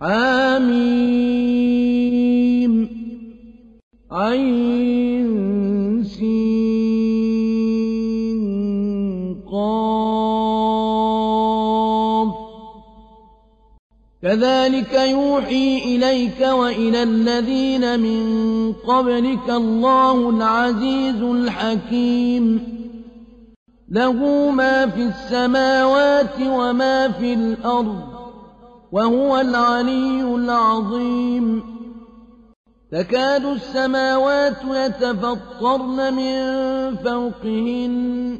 حم عين سين قاف كذلك يوحي إليك وإلى الذين من قبلك الله العزيز الحكيم له ما في السماوات وما في الأرض وهو العلي العظيم تكاد السماوات يتفطرن من فوقهن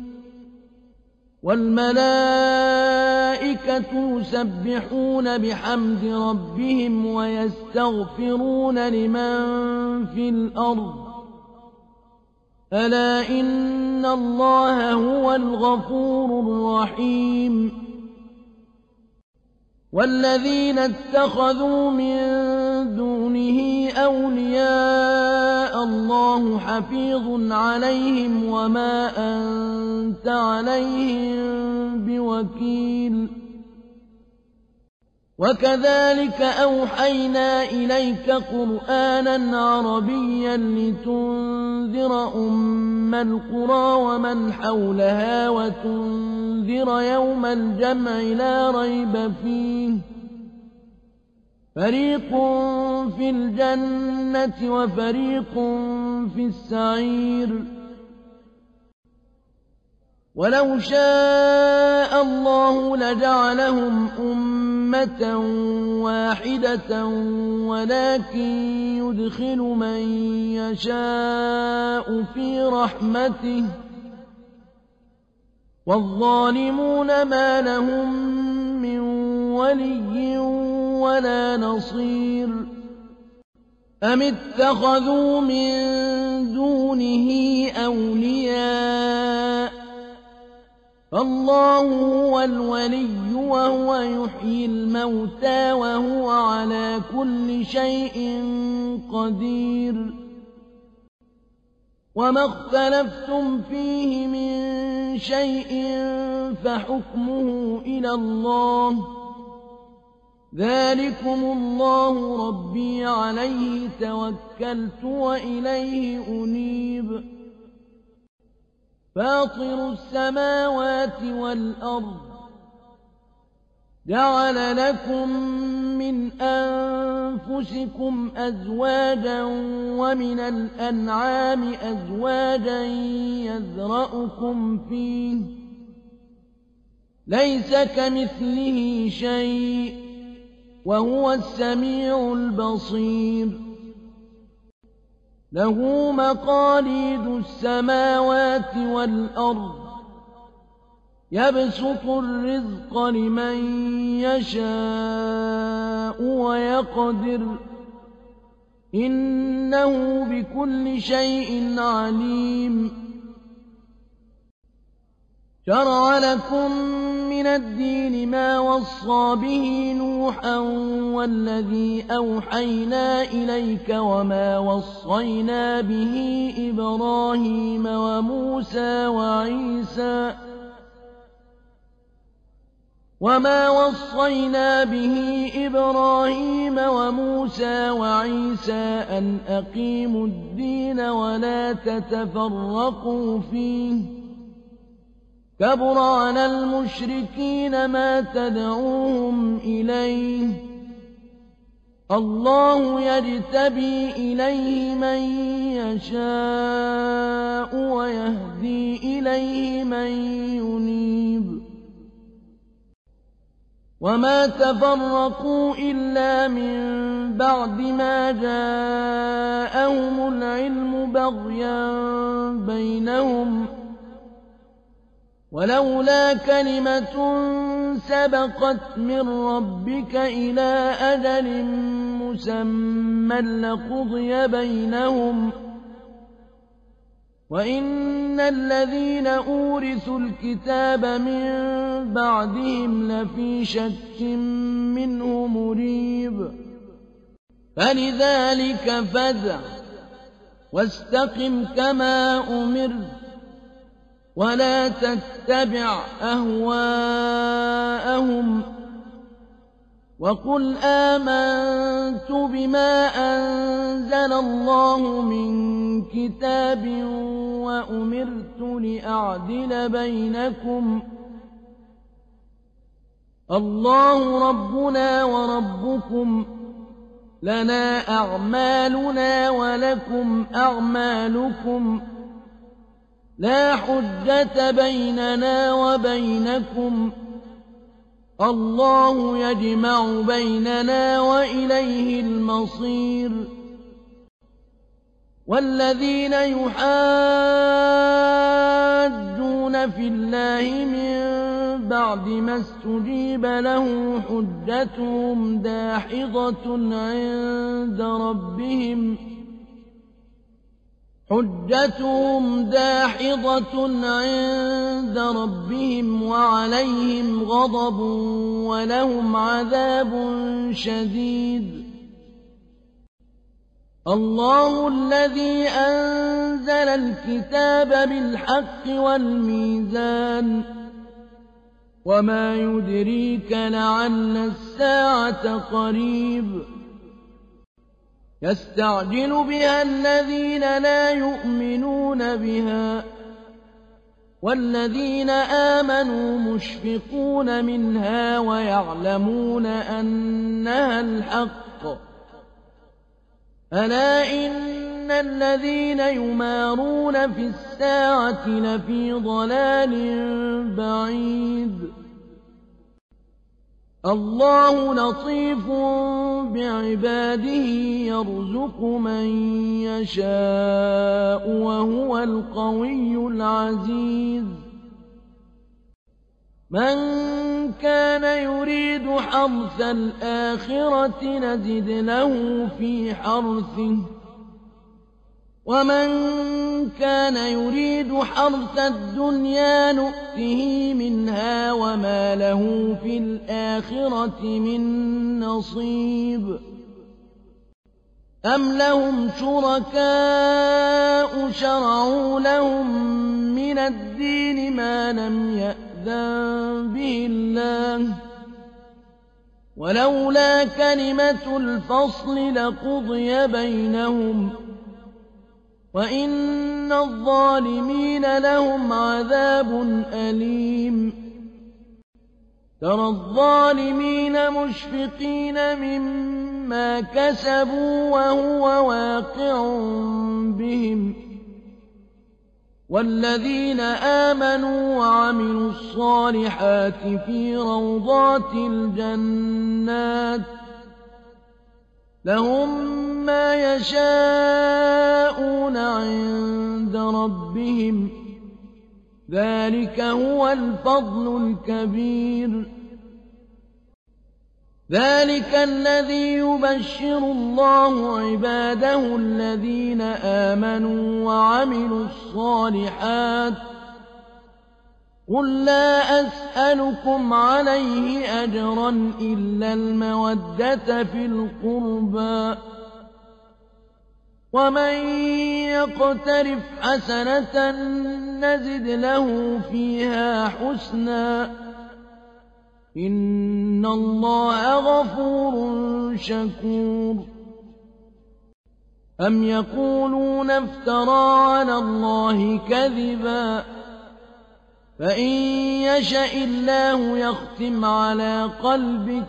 والملائكة يسبحون بحمد ربهم ويستغفرون لمن في الأرض ألا إن الله هو الغفور الرحيم والذين اتخذوا من دونه أولياء الله حفيظ عليهم وما أنت عليهم بوكيل وكذلك أوحينا إليك قرآنا عربيا لتنذر أم القرى ومن حولها وتنذر يوم الجمع لا ريب فيه فريق في الجنة وفريق في السعير ولو شاء الله لجعلهم أمة واحدة ولكن يدخل من يشاء في رحمته والظالمون ما لهم من ولي ولا نصير أم اتخذوا من دونه أولياء فالله هو الولي وهو يحيي الموتى وهو على كل شيء قدير وما اختلفتم فيه من شيء فحكمه إلى الله ذلكم الله ربي عليه توكلت وإليه أنيب فاطر السماوات والأرض جعل لكم من أنفسكم أزواجا ومن الأنعام أزواجا يذرأكم فيه ليس كمثله شيء وهو السميع البصير له مقاليد السماوات والأرض يبسط الرزق لمن يشاء ويقدر إنه بكل شيء عليم شرع لكم من الدين ما وصى به نوحا والذي أوحينا إليك وما وصينا به إبراهيم وموسى وعيسى أن أقيموا الدين ولا تتفرقوا فيه كبر على المشركين ما تدعوهم إليه الله يجتبي إليه من يشاء ويهدي إليه من ينيب وما تفرقوا إلا من بعد ما جاءهم العلم بغيا بينهم ولولا كلمة سبقت من ربك إلى أجل مسمى لقضي بينهم وإن الذين أورثوا الكتاب من بعدهم لفي شك منه مريب فلذلك فادع واستقم كما أمرت ولا تتبع أهواءهم وقل آمنت بما أنزل الله من كتاب وأمرت لأعدل بينكم الله ربنا وربكم لنا أعمالنا ولكم أعمالكم لا حجة بيننا وبينكم الله يجمع بيننا وإليه المصير والذين يحاجون في الله من بعد ما استجيب له حجتهم داحضة عند ربهم وعليهم غضب ولهم عذاب شديد الله الذي أنزل الكتاب بالحق والميزان وما يدريك لعل الساعة قريب يستعجل بها الذين لا يؤمنون بها والذين آمنوا مشفقون منها ويعلمون أنها الحق ألا إن الذين يمارون في الساعة لفي ضلال بعيد الله لطيف بعباده يرزق من يشاء وهو القوي العزيز من كان يريد حرث الآخرة نزد له في حرثه ومن كان يريد حرث الدنيا نؤته منها وما له في الآخرة من نصيب أم لهم شركاء شرعوا لهم من الدين ما لم يأذن به الله ولولا كلمة الفصل لقضي بينهم وإن الظالمين لهم عذاب أليم ترى الظالمين مشفقين مما كسبوا وهو واقع بهم والذين آمنوا وعملوا الصالحات في روضات الجنات لهم ما يشاءون عند ربهم ذلك هو الفضل الكبير ذلك الذي يبشر الله عباده الذين آمنوا وعملوا الصالحات قل لا أسألكم عليه أجرا إلا المودة في القربى ومن يقترف حسنة نزد له فيها حسنا إن الله غفور شكور أم يقولون افترى على الله كذبا فإن يشأ الله يختم على قلبك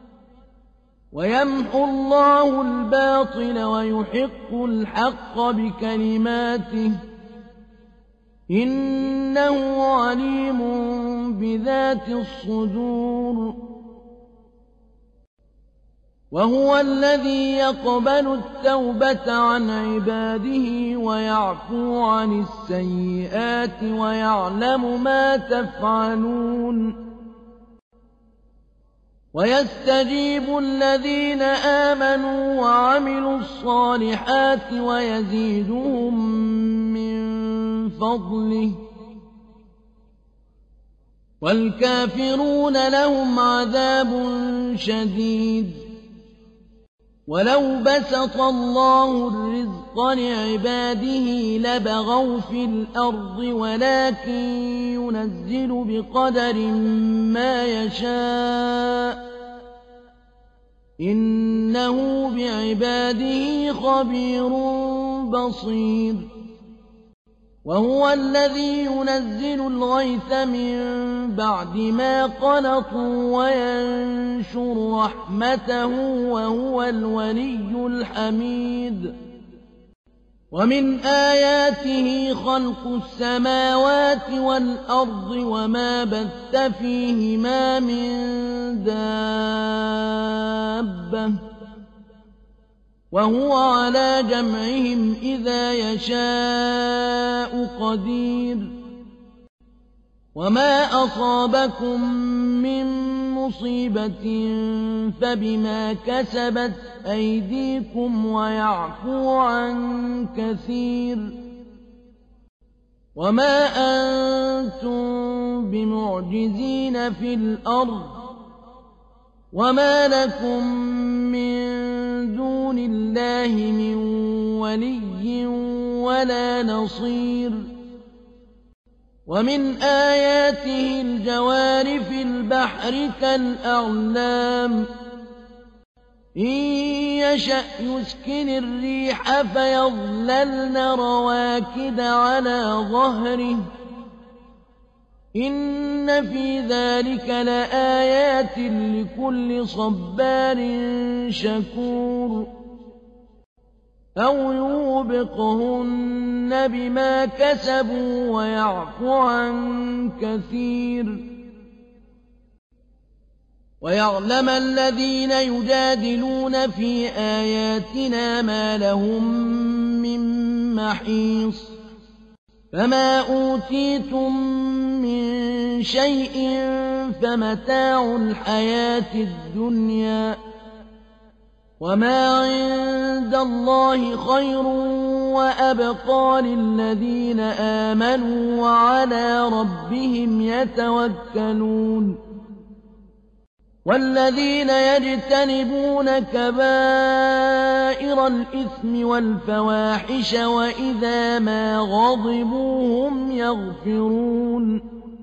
ويمحو الله الباطل ويحق الحق بكلماته إنه عليم بذات الصدور وهو الذي يقبل التوبة عن عباده ويعفو عن السيئات ويعلم ما تفعلون ويستجيب الذين آمنوا وعملوا الصالحات ويزيدهم من فضله والكافرون لهم عذاب شديد ولو بسط الله الرزق لعباده لبغوا في الأرض ولكن ينزل بقدر ما يشاء إنه بعباده خبير بصير وهو الذي ينزل الغيث من بعد ما قنطوا وينشر رحمته وهو الولي الحميد ومن آياته خلق السماوات والأرض وما بث فيهما من دابة وهو على جمعهم إذا يشاء قدير وما أصابكم من مصيبة فبما كسبت أيديكم ويعفو عن كثير وما أنتم بمعجزين في الأرض وما لكم من دون الله من ولي ولا نصير ومن آياته الجوار في البحر كالأعلام إن يشأ يسكن الريح فيظللن رواكد على ظهره إن في ذلك لآيات لكل صبار شكور أو يوبقهن بما كسبوا ويعفو عن كثير ويعلم الذين يجادلون في آياتنا ما لهم من محيص فما أوتيتم من شيء فمتاع الحياة الدنيا وما عند الله خير وأبقى للذين آمنوا وعلى ربهم يتوكلون والذين يجتنبون كبائر الإثم والفواحش وإذا ما غضبوا هم يغفرون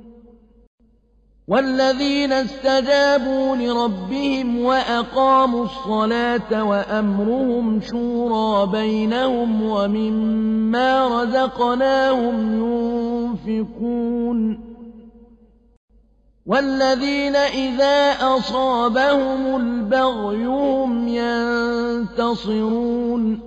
والذين استجابوا لربهم وأقاموا الصلاة وأمرهم شورى بينهم ومما رزقناهم ينفقون والذين إذا أصابهم البغي هم ينتصرون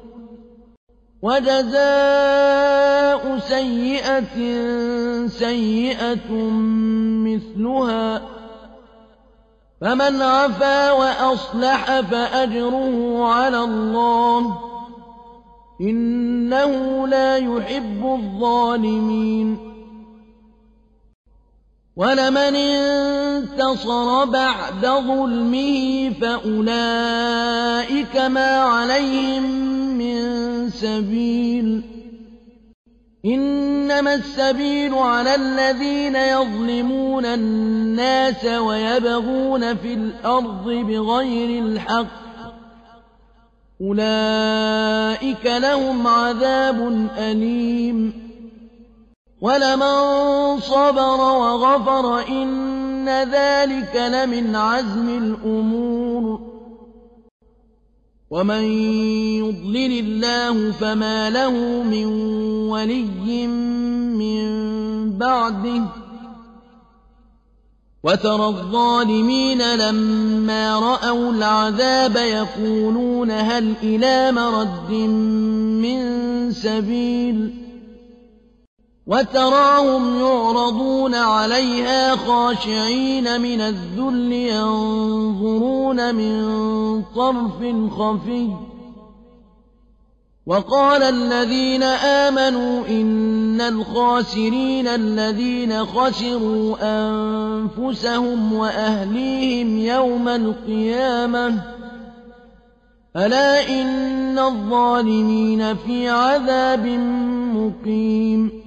وجزاء سيئة سيئة مثلها فمن عفا وأصلح فأجره على الله إنه لا يحب الظالمين ولمن انتصر بعد ظلمه فأولئك ما عليهم من سبيل إنما السبيل على الذين يظلمون الناس ويبغون في الأرض بغير الحق أولئك لهم عذاب أليم ولمن صبر وغفر إن ذلك لمن عزم الأمور ومن يضلل الله فما له من ولي من بعده وترى الظالمين لما رأوا العذاب يقولون هل إلى مرد من سبيل وتراهم يعرضون عليها خاشعين من الذل ينظرون من طرف خفي وقال الذين آمنوا إن الخاسرين الذين خسروا أنفسهم وأهليهم يوم القيامة ألا إن الظالمين في عذاب مقيم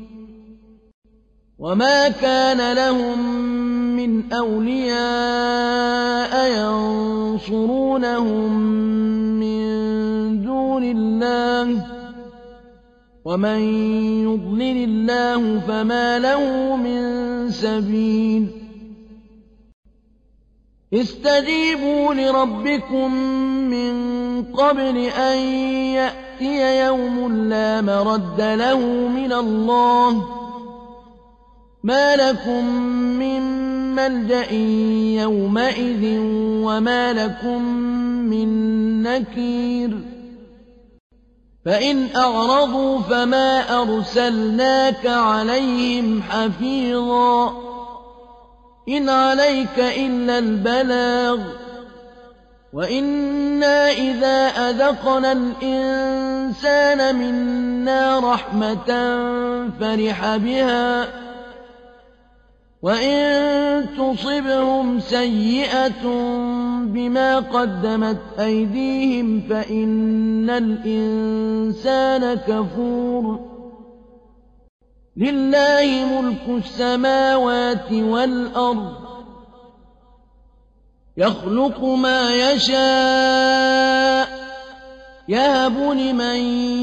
وما كان لهم من أولياء ينصرونهم من دون الله ومن يضلل الله فما له من سبيل استجيبوا لربكم من قبل أن يأتي يوم لا مرد له من الله ما لكم من ملجأ يومئذ وما لكم من نكير فإن أعرضوا فما أرسلناك عليهم حفيظا إن عليك إلا البلاغ وإنا إذا أذقنا الإنسان منا رحمة فرح بها وإن تصبهم سيئة بما قدمت أيديهم فإن الإنسان كفور لله ملك السماوات والأرض يخلق ما يشاء يهب لمن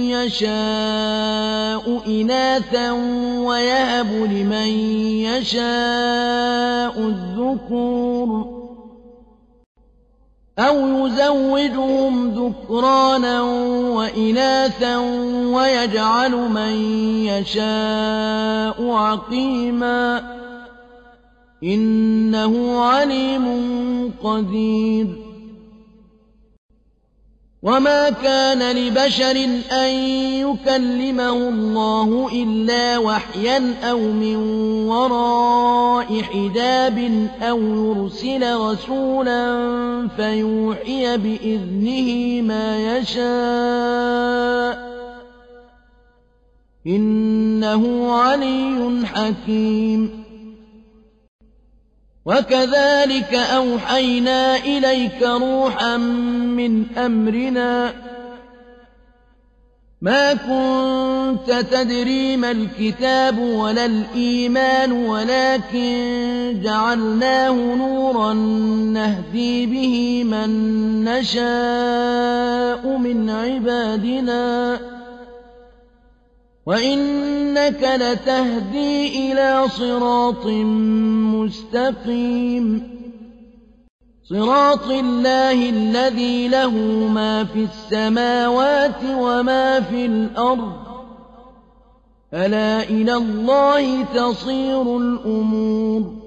يشاء إناثا ويهب لمن يشاء الذكور أو يزوجهم ذكرانا وإناثا ويجعل من يشاء عقيما إنه عليم قدير وما كان لبشر أن يكلمه الله إلا وحيا أو من وراء حجاب أو يرسل رسولا فيوحي بإذنه ما يشاء إنه علي حكيم وكذلك أوحينا إليك روحا من أمرنا ما كنت تدري ما الكتاب ولا الإيمان ولكن جعلناه نورا نهدي به من نشاء من عبادنا وإنك لتهدي إلى صراط مستقيم صراط الله الذي له ما في السماوات وما في الأرض ألا إلى الله تصير الأمور